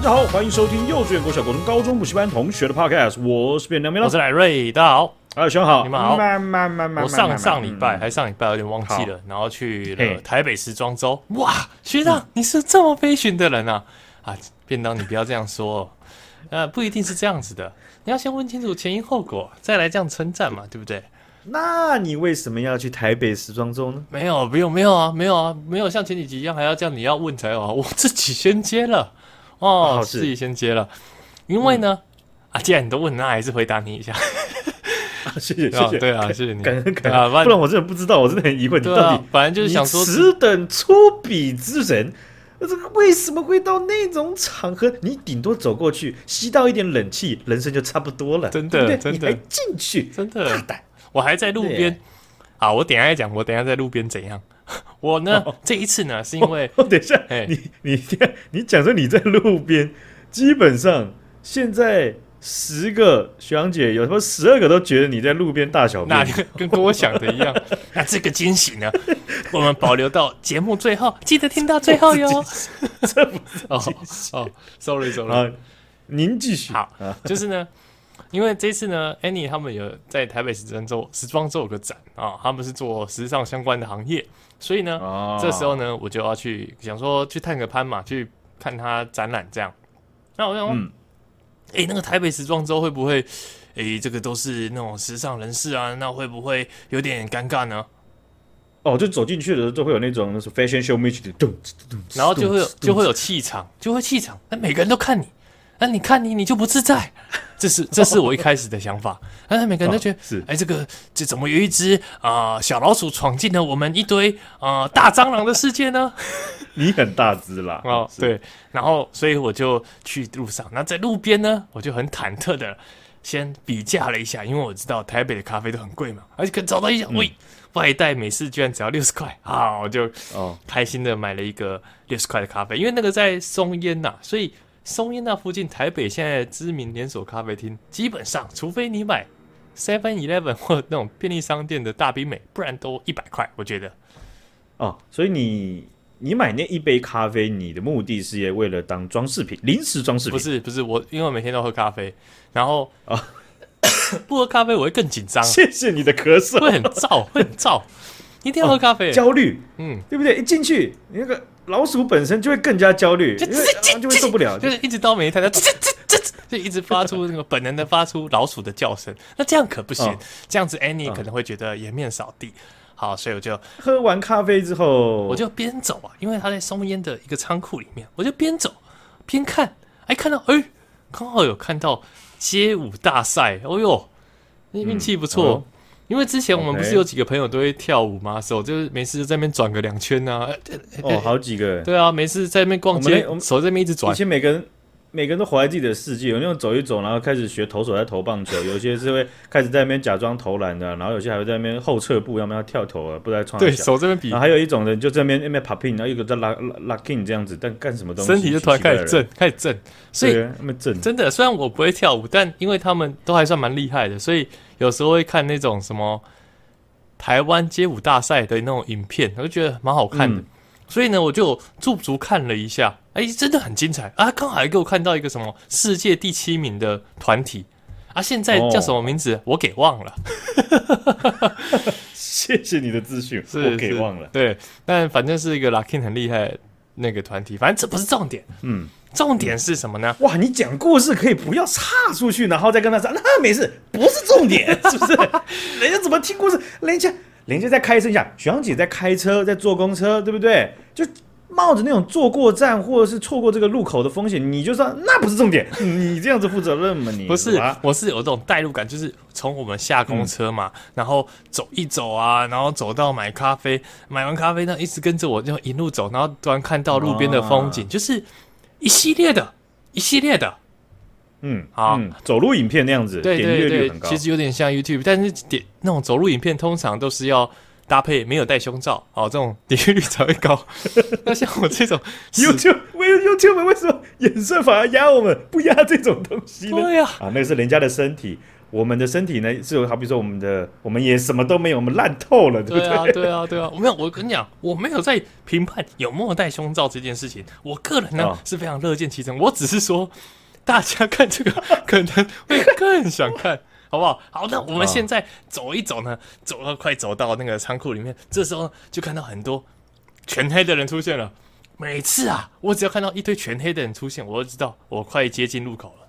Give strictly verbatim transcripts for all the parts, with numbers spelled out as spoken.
家好，欢迎收听幼稚园、国小、国中、高中补习班同学的 podcast， 我是变良明， 我是乃瑞，大家好。 哎，兄好， 你们好。 慢慢慢慢我上上礼拜、嗯、还上礼拜有点忘记了，然后去了台北时装周。哇，学长、嗯，你是这么悲寻的人啊！啊，便当你不要这样说，呃，不一定是这样子的，你要先问清楚前因后果，再来这样称赞嘛，对不对？ 那你为什么要去台北时装周呢？ 没有，没有，没有啊，没有啊，没有像前几集一样还要这样，你要问才有啊，我自己先接了哦，哦自己先接了，因为呢，嗯、啊，既然你都问，那还是回答你一下。 啊、谢谢谢谢、哦， 对啊，谢谢你， 感恩感恩、啊，不然我真的不知道，我真的很疑惑，你到底， 反正就是想说， 此等粗鄙之人。这个为什么会到那种场合？你顶多走过去吸到一点冷气，人生就差不多了。 真的， 对真的， 你还进去， 真的大胆！我还在路边啊！我等一下再讲，我等一下在路边怎样？我呢，哦、这一次呢，是因为、 哦哦、等一下，你你你讲说你在路边，基本上现在十个学长姐，有什么十二个都觉得你在路边大小便， 那跟跟我想的一样。那这个惊喜呢？我们保留到节目最后，记得听到最后哟。 这不是哦哦 ，sorry sorry，、 啊、您继续。 好，就是呢，因为这次呢 ，Annie 他们有在台北时装周时装周有个展啊，他们是做时尚相关的行业，所以呢，哦、这时候呢，我就要去想说去探个班嘛，去看他展览这样。那我想说，哎、嗯欸，那个台北时装周会不会，哎、欸，这个都是那种时尚人士啊，那会不会有点尴尬呢？ 哦，就走进去的时候就会有那种那是 fashion show match 的咚， 然后就会有就会有气场，就会气场，那每个人都看你，那你看你你就不自在，这是这是我一开始的想法，但每个人都觉得， 是哎、欸，这个这怎么有一只啊、呃、小老鼠闯进了我们一堆啊、呃、大蟑螂的世界呢？ 你很大只啦， 哦，对，然后所以我就去路上，那在路边呢，我就很忐忑的先比价了一下，因为我知道台北的咖啡都很贵嘛，而且可找到一家，喂、嗯。外带美式居然只要六十块啊！我就开心的买了一个六十块的咖啡，因为那个在松烟呐、啊，所以松烟那附近台北现在知名连锁咖啡厅，基本上除非你买 seven eleven 或那种便利商店的大冰美，不然都一百块，我觉得。 哦，所以你你买那一杯咖啡，你的目的是为了当装饰品，临时装饰品？ 不是不是，我因为我每天都喝咖啡，然后啊。哦不喝咖啡我会更紧张， 谢谢你的咳嗽， 会很燥，会很燥，一定要喝咖啡、 哦，焦虑， 嗯， 对不对？一进去，那个老鼠本身就会更加焦虑，就因为、啊、就会受不了， 就是一直到每一台它就一直发出那个本能的发出老鼠的叫声，那这样可不行，哦、这样子 Annie 可能会觉得颜面扫地。好，所以我就喝完咖啡之后， 我就边走啊，因为他在松烟的一个仓库里面，我就边走边看，哎，看到哎，刚好有看到街舞大赛，哦呦！运气不错、嗯哦，因为之前我们不是有几个朋友都会跳舞吗？手就是没事就在那边转个两圈啊。 哦，好几个。 对啊，没事在那边逛街，手在那边一直转。 以前每个人每个人都活在自己的世界，有那种走一走，然后开始学投手在投棒球，有些是会开始在那边假装投篮的，然后有些还会在那边后撤步，要不要跳投啊？不知道创对手这边比。 然后还有一种人就在那边那边 popping， 然后一个在 lock locking 这样子，但干什么东西？ 身体就突然开始震，开始震。所以震真的，虽然我不会跳舞，但因为他们都还算蛮厉害的，所以有时候会看那种什么台湾街舞大赛的那种影片，我就觉得蛮好看的。嗯、所以呢，我就驻足看了一下，哎、欸，真的很精彩啊！刚好还给我看到一个什么世界第七名的团体啊，现在叫什么名字？哦、我给忘了。 谢谢你的资讯，我给忘了。 对，但反正是一个 Locking 很厉害那个团体，反正这不是重点。嗯。重点是什么呢？ 哇，你讲故事可以不要岔出去，然后再跟他说，那没事，不是重点，是不是？人家怎么听故事？人家人家在开车下，学长姐在开车，在坐公车，对不对？就冒着那种坐过站或者是错过这个路口的风险，你就说那不是重点，你这样子负责任吗？你不是，我是有这种代入感，就是从我们下公车嘛，嗯、然后走一走啊，然后走到买咖啡，买完咖啡呢，一直跟着我就一路走，然后突然看到路边的风景，啊、就是一系列的，一系列的。 嗯，好、嗯，走路影片那样子， 对对对， 点阅率很高， 其实有点像 YouTube， 但是点那种走路影片通常都是要搭配没有带胸罩，哦，这种点阅率才会高。那像我这种 YouTube， 为 YouTube 为什么演算法要压我们，不压这种东西呢？ 对呀、 啊，啊，那是人家的身体， 我们的身体呢是有，好比说我们的，我们也什么都没有，我们烂透了，对不对？ 对啊，对啊，对啊。我没有，我跟你讲，我没有在评判有没有戴胸罩这件事情。我个人呢、哦、是非常乐见其成，我只是说大家看这个可能会更想看。好不好？好，那我们现在走一走呢，走到快走到那个仓库里面，这时候就看到很多全黑的人出现了。每次啊，我只要看到一堆全黑的人出现，我就知道我快接近入口了。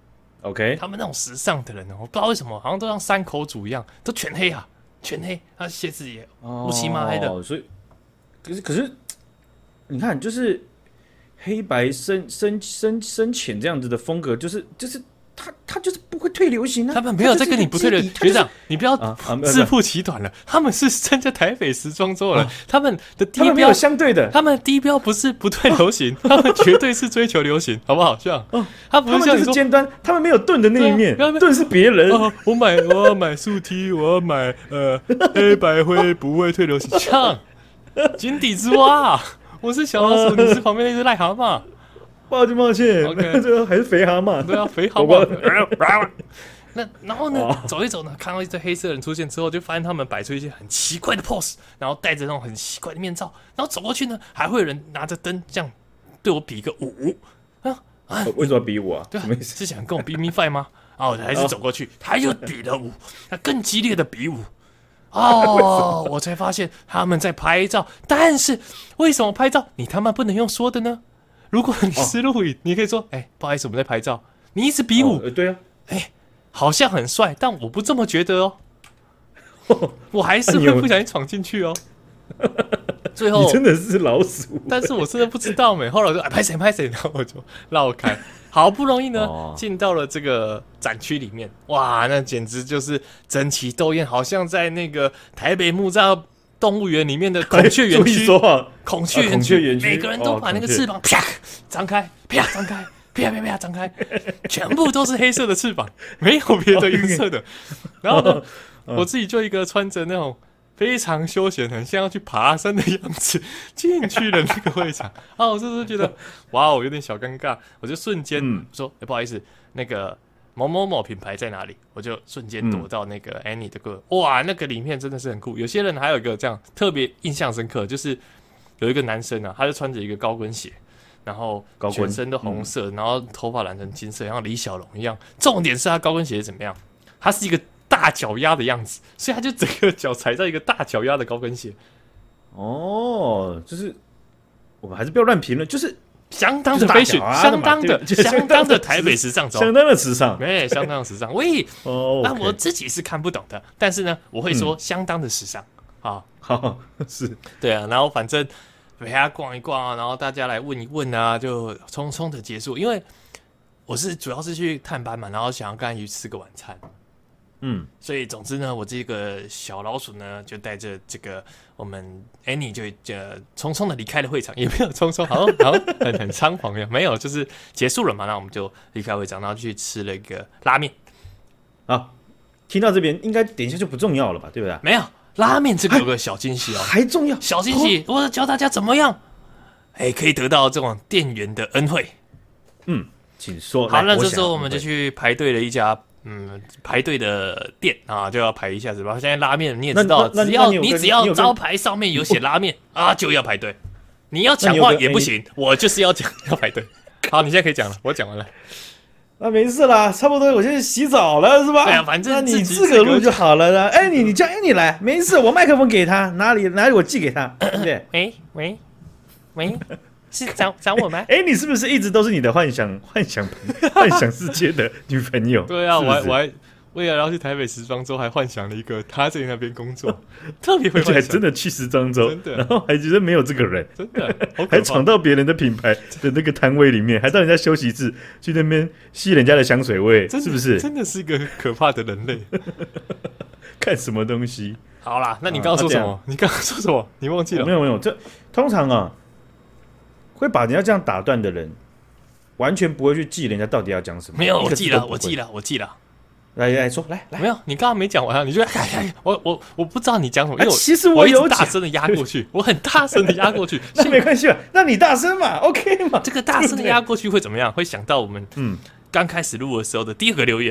OK， 他们那种时尚的人，我不知道为什么，好像都像山口组一样，都全黑啊，全黑，他鞋子也乌漆嘛黑的。 哦，所以可是可是，你看，就是黑白深深深深浅这样子的风格，就是就是。他他就是不会退流行啊！ 他们没有在跟你不退流行，学长，你不要自曝其短了。他们是参加台北时装周了，他们的低标相对的， 他们的低标不是不退流行，他们绝对是追求流行，好不好？这样， 他不是像是尖端，他们没有盾的那一面，盾是别人。 我买我要买素 T， 我要买呃黑白灰不会退流行，这样井底之蛙，我是小老鼠，你是旁边那只癞蛤蟆。 抱歉抱歉 ，OK， 这个还是肥蛤蟆。 对啊，肥蛤蟆。那然后呢，哦、走一走呢，看到一堆黑色的人出现之后，就发现他们摆出一些很奇怪的 pose， 然后戴着那种很奇怪的面罩，然后走过去呢，还会有人拿着灯这样对我比一个五啊啊！为什么比五啊？ 对啊，是想跟我比 me five 吗？啊，我还是走过去，他又比了五，他更激烈的比五。哦，我才发现他们在拍照，但是为什么拍照你他妈不能用说的呢？如果你是录影，哦、你可以说：“哎、欸，不好意思，我们在拍照。”你一直比武、 哦呃，对啊， 哎、欸，好像很帅，但我不这么觉得哦。哦我还是会不小心闯进去哦。最后你真的是老鼠， 但是我真的不知道没。后来我就哎拍谁拍谁，然后我就绕开，好不容易呢进、哦、到了这个展区里面，哇，那简直就是争奇斗艳，好像在那个台北木栅动物园里面的孔雀园区，孔雀园区，每个人都把那个翅膀啪张开，啪张开，啪啪啪张开，全部都是黑色的翅膀，没有别的颜色的。然后呢，我自己就一个穿着那种非常休闲，很像要去爬山的样子进去了那个会场。啊，我就是觉得哇，我有点小尴尬，我就瞬间说、欸、不好意思，那个。某某某品牌在哪里？我就瞬间躲到那个 Annie 的歌、嗯，哇，那个里面真的是很酷。有些人还有一个这样特别印象深刻，就是有一个男生啊，他就穿着一个高跟鞋，然后全身都红色，嗯、然后头发染成金色，像李小龙一样。重点是他高跟鞋是怎么样？他是一个大脚丫的样子，所以他就整个脚踩在一个大脚丫的高跟鞋。 哦，就是我们还是不要乱评论，就是。 相当的 fashion，、啊、相当的相当的台北时尚周， 相当的时尚， 哎，相当的时尚。喂， 哦， 那我自己是看不懂的，但是呢，我会说相当的时尚啊。 好，是对啊，然后反正陪他逛一逛啊，然后大家来问一问啊，就匆匆的结束。因为我是主要是去探班嘛，然后想要跟他去吃个晚餐。嗯，所以总之呢，我这个小老鼠呢，就带着这个我们 Annie 就呃匆匆的离开了会场，也没有匆匆，好像好像很很仓皇呀，没有，就是结束了嘛，那我们就离开会场，然后去吃了一个拉面。 好，听到这边应该等一下就不重要了吧，对不对？ 没有，拉面这个有个小惊喜哦， 还重要， 小惊喜，我教大家怎么样，哎，可以得到这种店员的恩惠。 嗯，请说。 好，那这时候我们就去排队了一家。嗯，排队的店啊，就要排一下子吧。现在拉面你也知道，只要你只要招牌上面有写拉面啊，就要排队。你要抢话也不行，我就是要讲要排队。好，你现在可以讲了，我讲完了。 啊，没事啦，差不多，我现在洗澡了，是吧？ 对啊，反正你自个录就好了啦。哎，你你叫 Annie 来，没事，我麦克风给他，哪里哪里我寄给他，对不对？ 喂喂喂。是找找我吗？ 哎、欸，你是不是一直都是你的幻想、幻想、幻想世界的女朋友？ 对啊， 是是我还我还为了要去台北时装周，还幻想了一个他在那边工作，特别会幻想， 而且还真的去时装周， 真的， 然后还觉得没有这个人， 真的， 还闯到别人的品牌的那个摊位里面，还到人家休息室去那边吸人家的香水味，是不是？ 真的是一个可怕的人类。 看什么东西？ 好啦，那你刚刚说什么？啊、你刚刚说什么？你忘记了？ 没有没有，这通常啊。会把人家这样打断的人，完全不会去记人家到底要讲什么。 没有，我记了，我记了，我记了。 来来说，来来， 没有，你刚刚没讲完啊，你就哎我我我不知道你讲什么，因为我、 啊、其实我有一直大声的压过去，我很大声的压过去， 那没关系吧？那你大声嘛 ，OK 嘛？ 这个大声的压过去会怎么样？会想到我们嗯刚开始录的时候的第二个留言，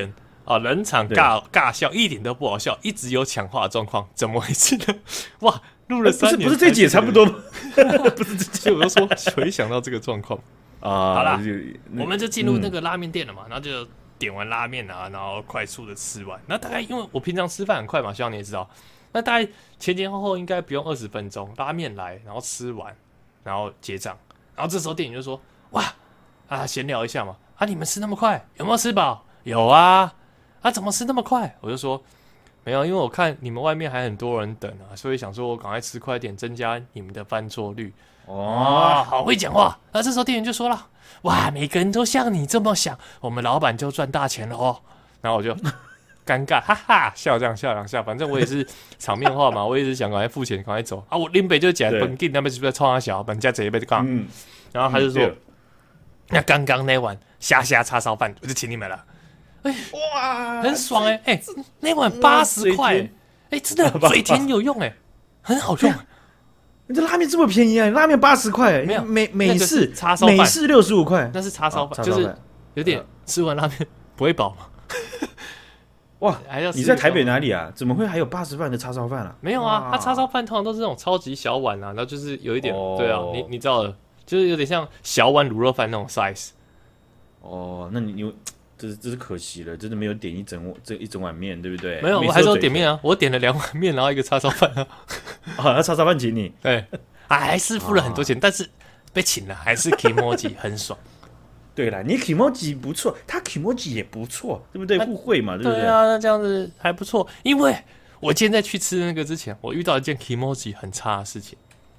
啊，冷场尬尬笑，一点都不好笑，一直有抢话的状况，怎么回事呢？哇，录了三年， 不是不是这集也差不多吗？不是这集， 我就说回想到这个状况啊。 好啦，我们就进入那个拉面店了嘛，然后就点完拉面啊，然后快速的吃完。那大概因为我平常吃饭很快嘛，希望你也知道，那大概前前后后应该不用二十分钟，拉面来，然后吃完，然后结账，然后这时候店员就说：“哇啊，闲聊一下嘛，啊，你们吃那么快，有没有吃饱？有啊。”啊，怎么吃那么快？我就说没有，因为我看你们外面还很多人等啊，所以想说我赶快吃快点，增加你们的翻桌率。哦，好会讲话。那这时候店员就说了：“哇，每个人都像你这么想，我们老板就赚大钱了哦。”然后我就尴尬，哈哈，笑这样笑两下，反正我也是场面话嘛，我也是想赶快付钱，赶快走啊。我林北就讲本地那边是不是冲他小，本家这一辈子讲，嗯，然后他就说：“嗯、那刚刚那碗虾虾叉烧饭，我就请你们了。”哎，哇，很爽哎、欸！哎、欸，那碗八十块，哎、欸，真的嘴甜有用哎、欸，很好用。 你这拉面这么便宜啊？拉面八十块，没有美美式叉烧饭， 美式六十五块， 那是叉烧饭，就是有点吃完拉面不会饱嘛。 哇，还要你在台北哪里啊？怎么会还有八十饭的叉烧饭啊？ 没有啊，它叉烧饭通常都是那种超级小碗啊，然后就是有一点，哦、对啊，你你知道的，就是有点像小碗卤肉饭那种 size。 哦，那你你。这是这是可惜了，真的没有点一整这一整碗面，对不对？ 没有，我还是有点面啊，我点了两碗面，然后一个叉烧饭啊。 啊，那叉烧饭请你， 对，还是付了很多钱，但是被请了，还是 Kimoji 很爽。 对啦，你 Kimoji 不错，他 Kimoji 也不错，对不对？互惠嘛，对不对？ 对啊，那这样子还不错。因为我今天在去吃那个之前，我遇到一件 Kimoji 很差的事情。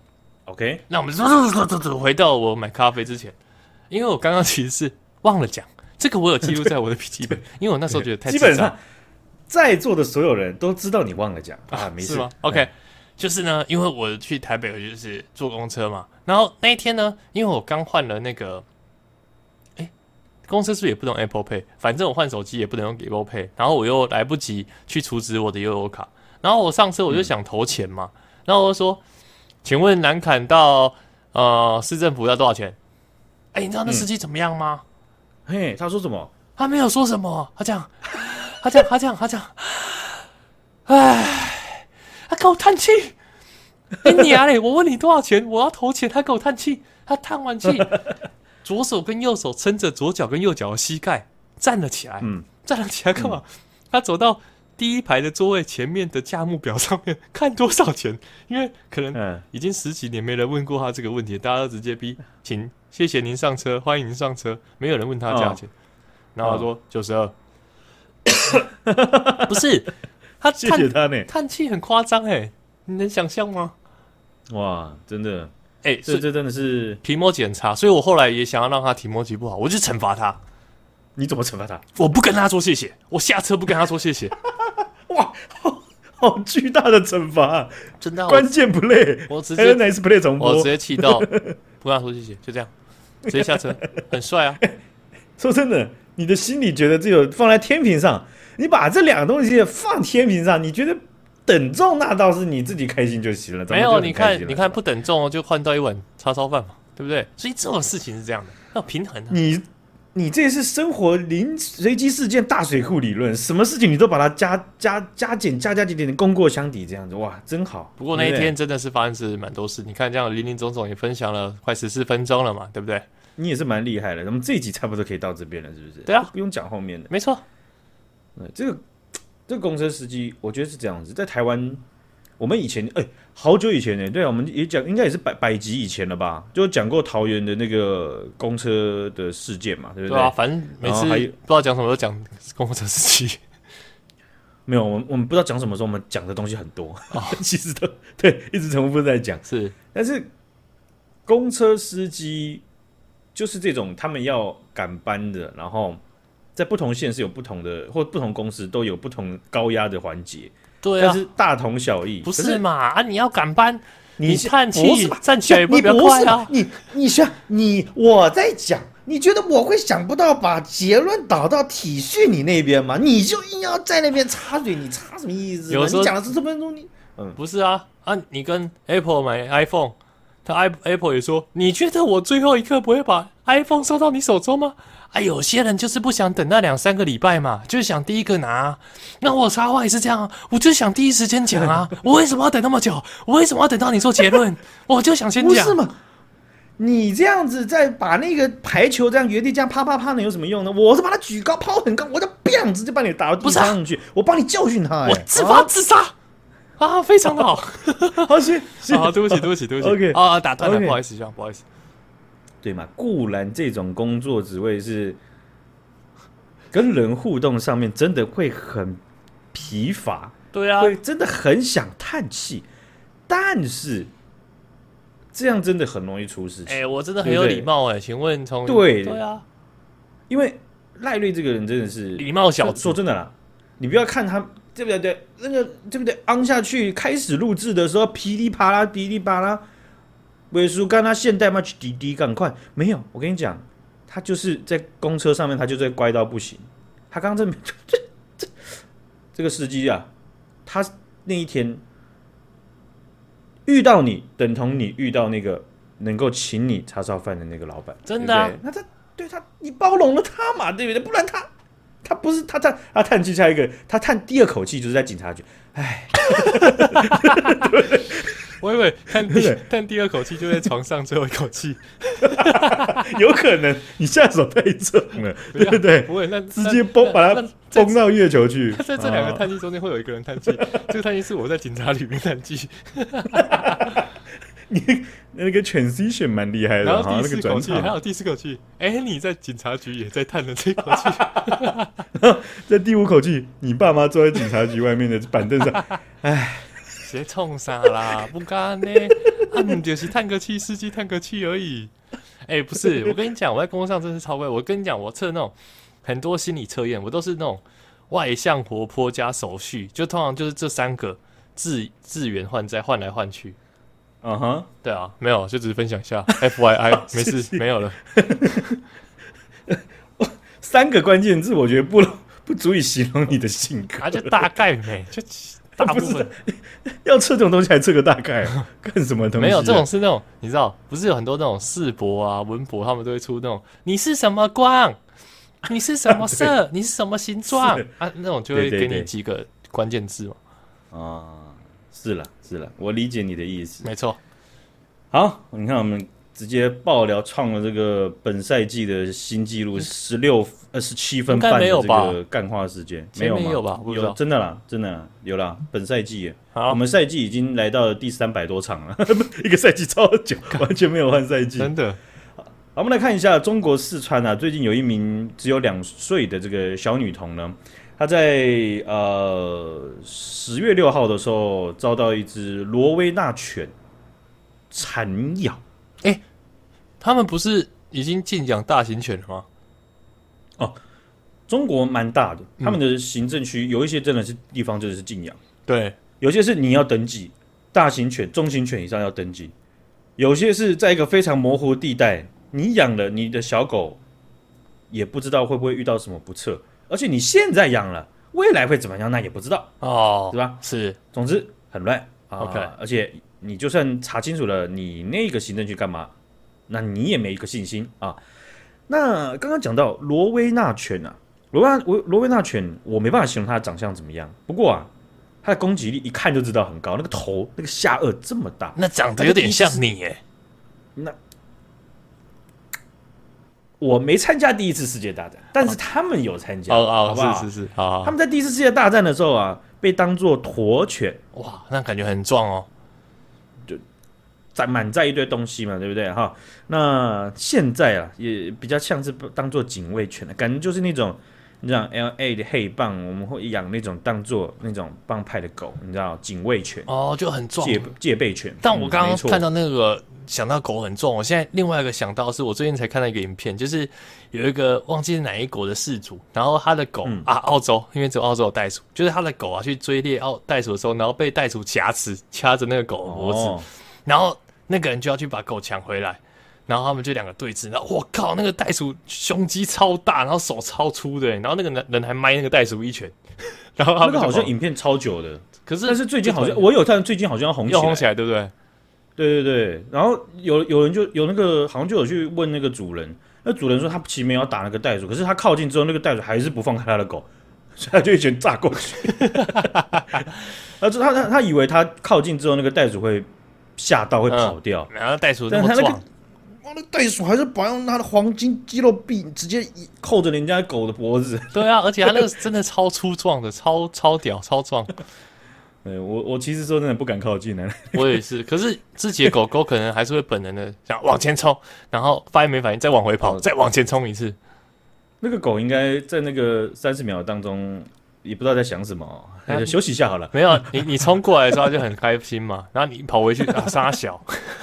OK， 那我们回到我买咖啡之前，因为我刚刚其实是忘了讲。这个我有记录在我的笔记本，因为我那时候觉得太基本上在座的所有人都知道你忘了讲啊，没事是吗 ？OK，、嗯、就是呢，因为我去台北，我就是坐公车嘛，然后那一天呢，因为我刚换了那个，哎，公车是不是也不能 Apple Pay？ 反正我换手机也不能用 Apple Pay， 然后我又来不及去储值我的悠游卡，然后我上车我就想投钱嘛，嗯、然后我就说，请问南崁到呃市政府要多少钱？哎，你知道那司机怎么样吗？嗯嘿，他说什么？ 他没有说什么，他这样，他这样，他这样，他这样，唉，他给我叹气。你娘嘞！我问你多少钱，我要投钱，他给我叹气。他叹完气，左手跟右手撑着左脚跟右脚的膝盖站了起来，嗯，站了起来干嘛？嗯、他走到第一排的座位前面的价目表上面看多少钱，因为可能已经十几年没人问过他这个问题，大家都直接逼请。谢谢您上车，欢迎您上车。没有人问他价钱，哦、然后他说九十二，不是他谢谢他呢， 叹气很夸张哎，你能想象吗？ 哇，真的哎、欸， 这这真的是提摩吉很差，所以我后来也想要让他提摩吉不好，我就惩罚他。 你怎么惩罚他？ 我不跟他说谢谢，我下车不跟他说谢谢。 哇！好巨大的惩罚， 真的！ 关键 play， 我直接 nice play 重播， 我直接气到不跟他说谢谢，就这样，直接下车，很帅啊！ 说真的，你的心里觉得只有放在天平上，你把这两个东西放天平上，你觉得等重那倒是你自己开心就行了。 没有，你看，你看不等重就换到一碗叉烧饭嘛，对不对？所以这种事情是这样的，要平衡啊。 你。你这是生活零随机事件大水库理论，什么事情你都把它加加加减加加减减功过相抵，这样子哇，真好。 不过那一天真的是发生是蛮多事，你看这样零零总总也分享了快十四分钟了嘛，对不对？ 你也是蛮厉害的，我们这一集差不多可以到这边了，是不是？ 对啊， 不用讲后面的。 没错， 这个这个公车司机，我觉得是这样子，在台湾。我们以前哎、欸，好久以前呢、欸，对啊，我们也讲，应该也是百百集以前了吧，就讲过桃园的那个公车的事件嘛，对不对？ 对啊，反正每次不知道讲什么都讲公车司机。 没有，我们我们不知道讲什么时候，我们讲的东西很多，哦、其实都对，一直重复在讲。 是， 但是公车司机就是这种，他们要赶班的，然后在不同县市有不同的，或不同公司都有不同高压的环节。 对啊， 但是大同小异， 不是嘛？啊，你要赶班， 你, 你叹气站起来也不会比较快啊！ 你你想你我在讲，你觉得我会想不到把结论导到体恤你那边吗？你就硬要在那边插嘴，你插什么意思？ 有时候你讲的是这分钟，你嗯，不是啊啊！你跟 Apple 买 iPhone， 他 Apple 也说，你觉得我最后一刻不会把 iPhone 送到你手中吗？啊，有些人就是不想等那两三个礼拜嘛，就是想第一个拿、啊。那我插话也是这样啊，我就想第一时间讲啊，我为什么要等那么久？我为什么要等到你做结论？我就想先讲。 不是嘛？你这样子再把那个排球这样原地这样啪啪啪能有什么用呢？我是把它举高抛很高，我就 biang 直接把你打到地上上去，啊、我帮你教训他、欸， 我自发自杀。啊啊，非常的好， 好行， 好，对不起，对不起，对不起 ，OK， 啊，打断了， okay. 不好意思，这样不好意思， 对嘛？固然这种工作职位是跟人互动上面真的会很疲乏， 对啊， 会真的很想叹气，但是这样真的很容易出事情。 哎、欸，我真的很有礼貌哎、欸，请问从对对啊， 因为赖瑞这个人真的是礼貌小子， 说真的啦，你不要看他。对不对？那个对不对？昂下去，开始录制的时候，噼里啪啦，噼里啪啦，尾数干他现代嘛，去滴滴赶快没有。我跟你讲，他就是在公车上面，他就在乖到不行。他刚刚这这这这个司机啊，他那一天遇到你，等同你遇到那个能够请你叉烧饭的那个老板， 真的、啊。 对不对那他对他，你包容了他嘛，对不对？不然他。他不是他叹他叹气，下一个他叹第二口气就是在警察局，唉， 我以为叹第叹第二口气就在床上最后一口气， 有可能你下手太重了，对不对？ 不会，那直接崩把它崩到月球去。 在这两个叹气中间会有一个人叹气，这个叹气是我在警察里面叹气。 你那个 transition 蛮厉害的， 然后第四口气，还有第四口气，哎、欸，你在警察局也在叹了这口气， 在第五口气，你爸妈坐在警察局外面的板凳上，哎， 谁冲啥啦？不干呢？啊，你就是叹个气，司机叹个气而已。哎、欸，不是，我跟你讲，我在工作上真是超乖。我跟你讲，我测那种很多心理测验，我都是那种外向、活泼加手续，就通常就是这三个自自圆换在换来换去。 嗯哼， uh-huh. 对啊，没有，就只是分享一下 ，F Y I， 没事，是没有了。 三个关键字，我觉得不不足以形容你的性格， 啊，就大概没，就大部分要测这种东西还测个大概，干什么东西、啊？ 没有，这种是那种你知道，不是有很多那种世博啊、文博，他们都会出那种你是什么光，你是什么色，你是什么形状啊，那种就会给你几个关键字嘛。 啊。是了，是了，我理解你的意思。 没错。 好，你看我们直接爆料创了这个本赛季的新纪录，十六呃十七分半的这个干话时间，没有吗？ 有吧？ 有，真的啦，真的啦有啦。本赛季， 好， 我们赛季已经来到了第三百多场了，一个赛季超久，完全没有换赛季， 真的。 好，我们来看一下中国四川啊，最近有一名只有两岁的这个小女童呢。他在呃十月六号的时候遭到一只罗威纳犬缠咬。 哎、欸，他们不是已经禁养大型犬了吗？ 哦，中国蛮大的，他们的行政区有一些真的是地方真的是禁养， 对， 有些是你要登记，大型犬、中型犬以上要登记，有些是在一个非常模糊的地带，你养了你的小狗，也不知道会不会遇到什么不测。而且你现在养了，未来会怎么样？那也不知道哦， 对吧？ 是， 总之很乱、啊、 OK。而且你就算查清楚了，你那个行政区干嘛，那你也没一个信心啊。那刚刚讲到罗威纳犬啊，罗威罗威纳犬，我没办法形容它的长相怎么样。不过啊，它的攻击力一看就知道很高，那个头、那个下颚这么大， 那长得有点像你耶。 那。我没参加第一次世界大战，但是他们有参加， 哦哦， 好不好？ 是是是，好， 他们在第一次世界大战的时候啊，被当作驼犬， 哇，那感觉很壮哦， 就载满载一堆东西嘛，对不对？哈，那现在啊，也比较像是当作警卫犬的感觉，就是那种你知道 L A 的黑棒，我们会养那种当作那种帮派的狗，你知道警卫犬哦，就很壮， 戒戒备犬。 但我刚刚看到那个。想到狗很重，我现在另外一个想到是我最近才看到一个影片，就是有一个忘记是哪一国的饲主，然后他的狗、嗯、啊，澳洲，因为只有澳洲有袋鼠，就是他的狗啊去追猎澳袋鼠的时候，然后被袋鼠挟持，掐着那个狗的脖子、哦，然后那个人就要去把狗抢回来，然后他们就两个对峙，然后我靠，那个袋鼠胸肌超大，然后手超粗的，然后那个人还埋那个袋鼠一拳，然后他们那个好像影片超久的， 可是但是最近好像我有看，最近好像要红起来， 要红起来，对不对？ 对对对，然后有有人就有那个好像就有去问那个主人，那主人说他其实没有要打那个袋鼠，可是他靠近之后，那个袋鼠还是不放开他的狗，所以他就一拳炸过去。他他他他以为他靠近之后，那个袋鼠会吓到会跑掉， 嗯、然后袋鼠那么壮， 哇，那袋鼠还是把用他的黄金肌肉臂直接扣着人家狗的脖子。 对啊，而且他那个真的超粗壮的，超超屌，超壮。 对我我其实说真的不敢靠近的。 我也是，可是自己的狗狗可能还是会本能的想往前冲，然后发现没反应，再往回跑，再往前冲一次。 那个狗应该在那个三十秒当中，也不知道在想什么，那就休息一下好了。 没有，你你冲过来的时候它就很开心嘛，然后你跑回去啊，杀小，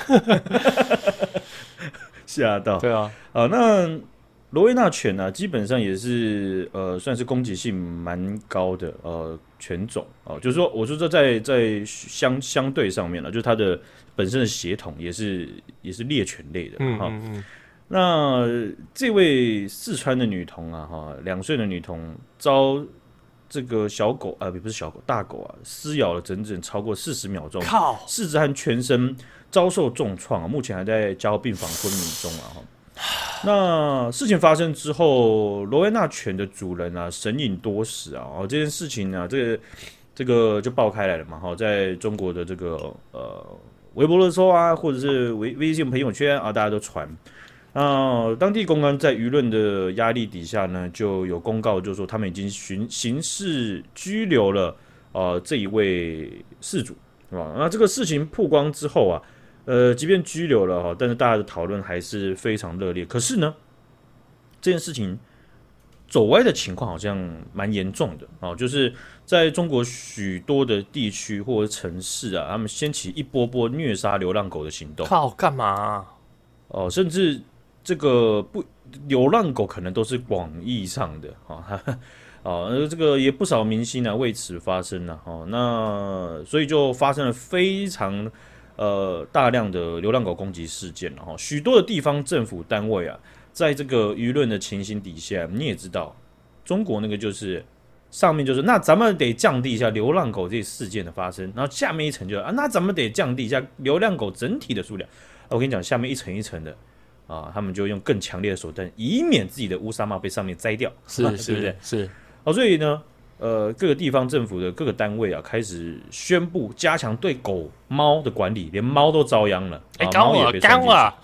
吓到。 对啊， 啊，那罗威纳犬呢、啊，基本上也是呃，算是攻击性蛮高的呃犬种哦、呃，就是说，我说这在在相相对上面了，就是它的本身的血统也是也是猎犬类的， 嗯哈、 嗯嗯。 那这位四川的女童啊，哈，两岁的女童遭这个小狗啊，不是小狗，大狗啊，撕咬了整整超过四十秒钟， 靠， 四肢和全身遭受重创啊，目前还在加护病房昏迷中啊，哈。那事情发生之后，罗威纳犬的主人啊，神隐多时啊，哦，这件事情呢、啊，这个这个就爆开来了嘛，哈，在中国的这个呃微博热搜啊，或者是微微信朋友圈啊，大家都传。那当地公安在舆论的压力底下呢，就有公告，就说他们已经刑刑事拘留了呃这一位事主啊。那这个事情曝光之后啊。呃，即便拘留了哈，但是大家的讨论还是非常热烈。可是呢，这件事情走歪的情况好像蛮严重的啊，就是在中国许多的地区或者城市啊，他们掀起一波波虐杀流浪狗的行动。 靠，干嘛、啊？ 哦，甚至这个不流浪狗可能都是广义上的啊。哦，这个也不少明星啊为此发声了、啊、哦，那所以就发生了非常。呃，大量的流浪狗攻击事件，然后许多的地方政府单位啊，在这个舆论的情形底下，你也知道，中国那个就是上面就是那咱们得降低一下流浪狗这事件的发生，然后下面一层就啊，那咱们得降低一下流浪狗整体的数量。啊、我跟你讲，下面一层一层的啊，他们就用更强烈的手段，以免自己的乌纱帽被上面摘掉， 是对不对？ 是。 哦，所以呢。呃，各个地方政府的各个单位啊，开始宣布加强对狗、猫的管理，连猫都遭殃了。 哎、欸，干我，干我！啊，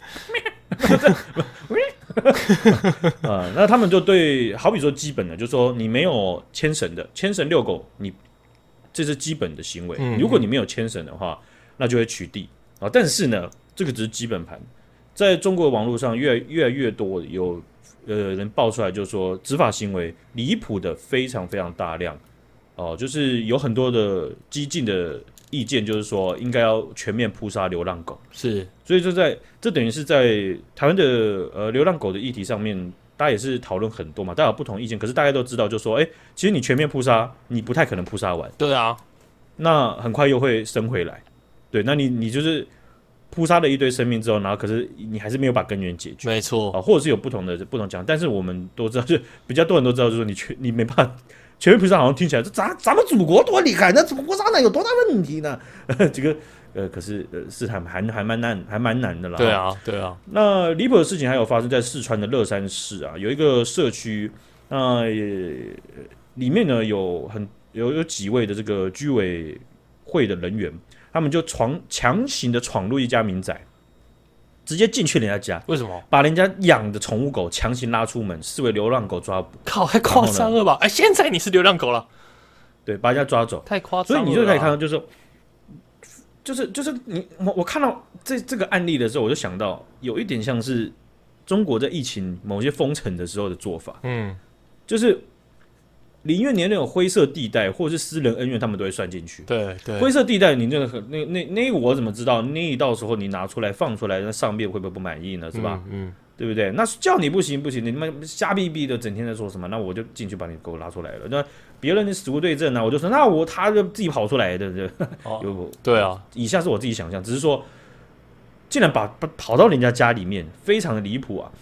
那他们就对，好比说基本的，就是说你没有牵绳的，牵绳遛狗，你这是基本的行为。嗯、如果你没有牵绳的话，那就会取缔啊。但是呢，这个只是基本盘，在中国网络上越来越来越多有。呃，人爆出来就说执法行为离谱的非常非常大量哦、呃，就是有很多的激进的意见，就是说应该要全面扑杀流浪狗。 是， 所以这在这等于是在台湾的呃流浪狗的议题上面，大家也是讨论很多嘛，大家有不同意见，可是大家都知道，就说哎，其实你全面扑杀，你不太可能扑杀完。 对啊， 那很快又会生回来。对，那你你就是。扑杀了一堆生命之后，然后可是你还是没有把根源解决， 没错啊，或者是有不同的不同讲，但是我们都知道，就比较多人都知道，就是说你全你没办法全面扑杀，好像听起来，这咱咱们祖国多厉害，那怎么扑杀呢？有多大问题呢？这个呃，可是呃，是还还还蛮难，还蛮难的啦。 对啊，对啊。 那离谱的事情还有发生在四川的乐山市啊，有一个社区，那、呃、里面呢有很有有几位的这个居委会的人员。他们就闯强行的闯入一家民宅，直接进去人家家。 为什么？ 把人家养的宠物狗强行拉出门，视为流浪狗抓捕。 靠，太夸张了吧！哎，现在你是流浪狗了， 对，把人家抓走， 太夸张了。 所以你就可以看到，就是就是就是你我我看到这这个案例的时候，我就想到有一点像是中国在疫情某些封城的时候的做法，嗯，就是。因为你那种灰色地带或者是私人恩怨，他们都会算进去。 对对， 灰色地带你那个那那那我怎么知道？那到时候你拿出来放出来，那上面会不会不满意呢？是吧？嗯，嗯对不对？那叫你不行不行，你他妈瞎逼逼的，整天在说什么？那我就进去把你给我拉出来了。那别人的死无对证呢、啊，我就说那我他就自己跑出来的，对哦、有对啊。 以下是我自己想象，只是说，竟然把把跑到人家家里面，非常的离谱啊。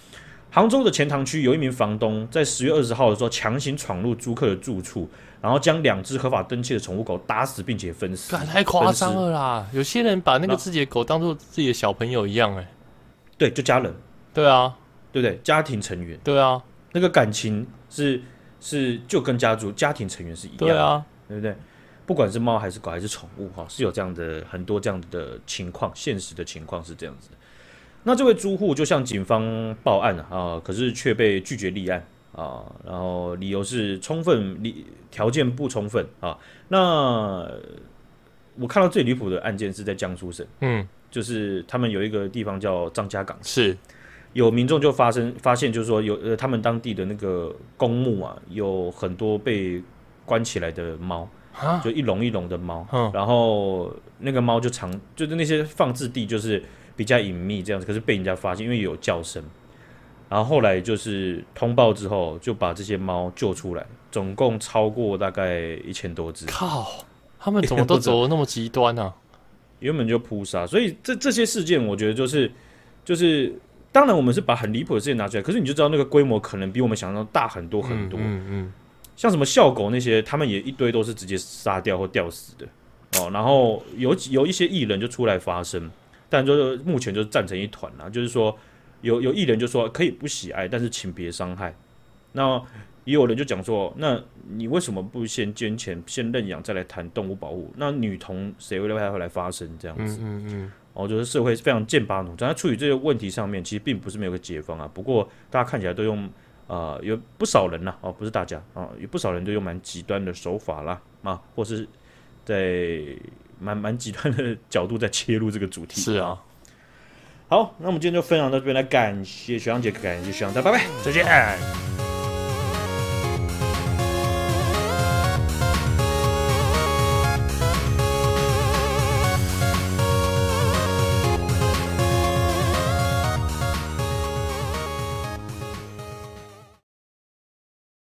杭州的钱塘区有一名房东在十月二十号的时候强行闯入租客的住处，然后将两只合法登记的宠物狗打死并且分尸。 太夸张了啦！有些人把那个自己的狗当做自己的小朋友一样、欸，哎， 对，就家人。 对啊， 对不对？家庭成员。 对啊， 那个感情是是就跟家族家庭成员是一样的。 对啊， 对不对？不管是猫还是狗还是宠物哈，是有这样的很多这样的情况，现实的情况是这样子的。那这位租户就向警方报案啊，可是却被拒绝立案啊，然后理由是充分理条件不充分啊。那我看到最离谱的案件是在江苏省，嗯，就是他们有一个地方叫张家港， 是有民众就发生发现，就是说有呃他们当地的那个公墓啊，有很多被关起来的猫。就一笼一笼的猫，然后那个猫就藏，就是那些放置地就是比较隐秘这样子，可是被人家发现，因为有叫声，然后后来就是通报之后，就把这些猫救出来，总共超过大概一千多只。 靠，他们怎么都走得那么极端啊？ 原本就扑杀，所以这这些事件，我觉得就是就是，当然我们是把很离谱的事件拿出来，可是你就知道那个规模可能比我们想象中大很多很多。嗯 嗯, 嗯像什么校狗那些，他们也一堆都是直接杀掉或吊死的哦。然后有有一些艺人就出来发声，但就是目前就是战成一团啦。就是说有有艺人就说可以不喜爱，但是请别伤害。那也有人就讲说，那你为什么不先捐钱、先认养，再来谈动物保护？那女童谁会来会来发声这样子？嗯嗯嗯。哦，就是社会非常剑拔弩张，在处理这些问题上面，其实并不是没有个解方啊。不过大家看起来都用。呃，有不少人呐、啊，哦，不是大家啊，有不少人都用蛮极端的手法啦，啊，或是在蛮蛮极端的角度在切入这个主题。 是啊， 好，那我们今天就分享到这边来，感谢学长姐，感谢学长，大家拜拜， 再见。